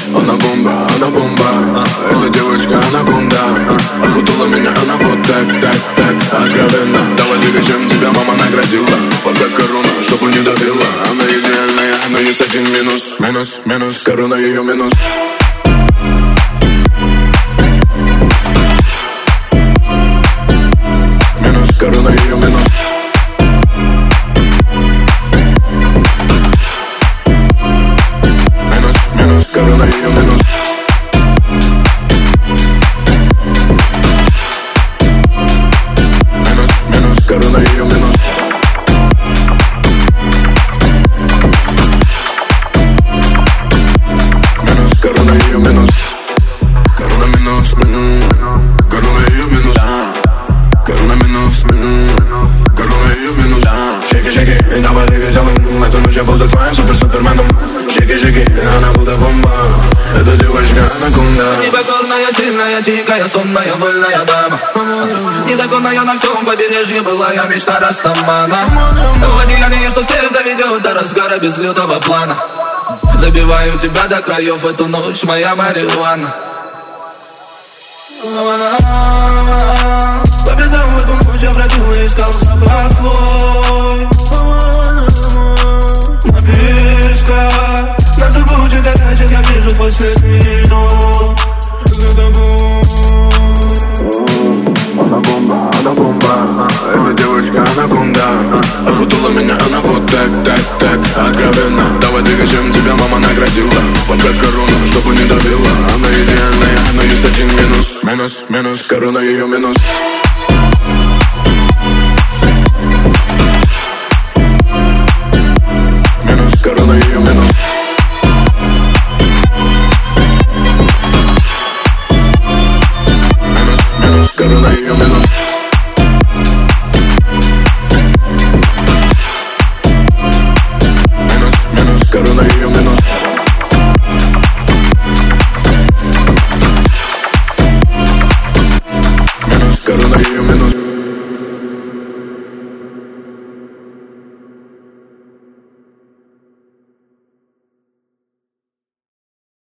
Она бомба, эта девочка анаконда. Окутала меня она вот так, откровенно. Давай двигай, чем тебя мама наградила. Поправь корону, чтобы не давила. Она идеальная, но есть один минус. Корона ее минус. Корона ее минус. Корона ее минус. Корона ее минус. Корона ее минус. Корона минус. Корона ее минус. Корона минус. Корона ее минус. Шейки, давай двигай телом. Эту ночь я буду твоим суперменом. Шейки, она будто бомба. Эта девочка анаконда. Непокорная, сильная, тихая, сонная, вольная дама. Незаконная на всем побережье была я мечта Растамана. В одеянии, что всех доведет до разгара без лютого плана. Забиваю тебя до краев, эту ночь моя марихуана. По пятам в эту ночь я бродил и искал запах твой. Написка на зыбучих горячек, я вижу твой след вину. Она бомба, эта девочка анаконда. Окутала меня она вот так, откровенно. Давай двигай, чем тебя мама наградила. Поправь корону, чтобы не давила. Она идеальная, но есть один минус. Корона ее минус. Корона ее минус. Корона ее минус.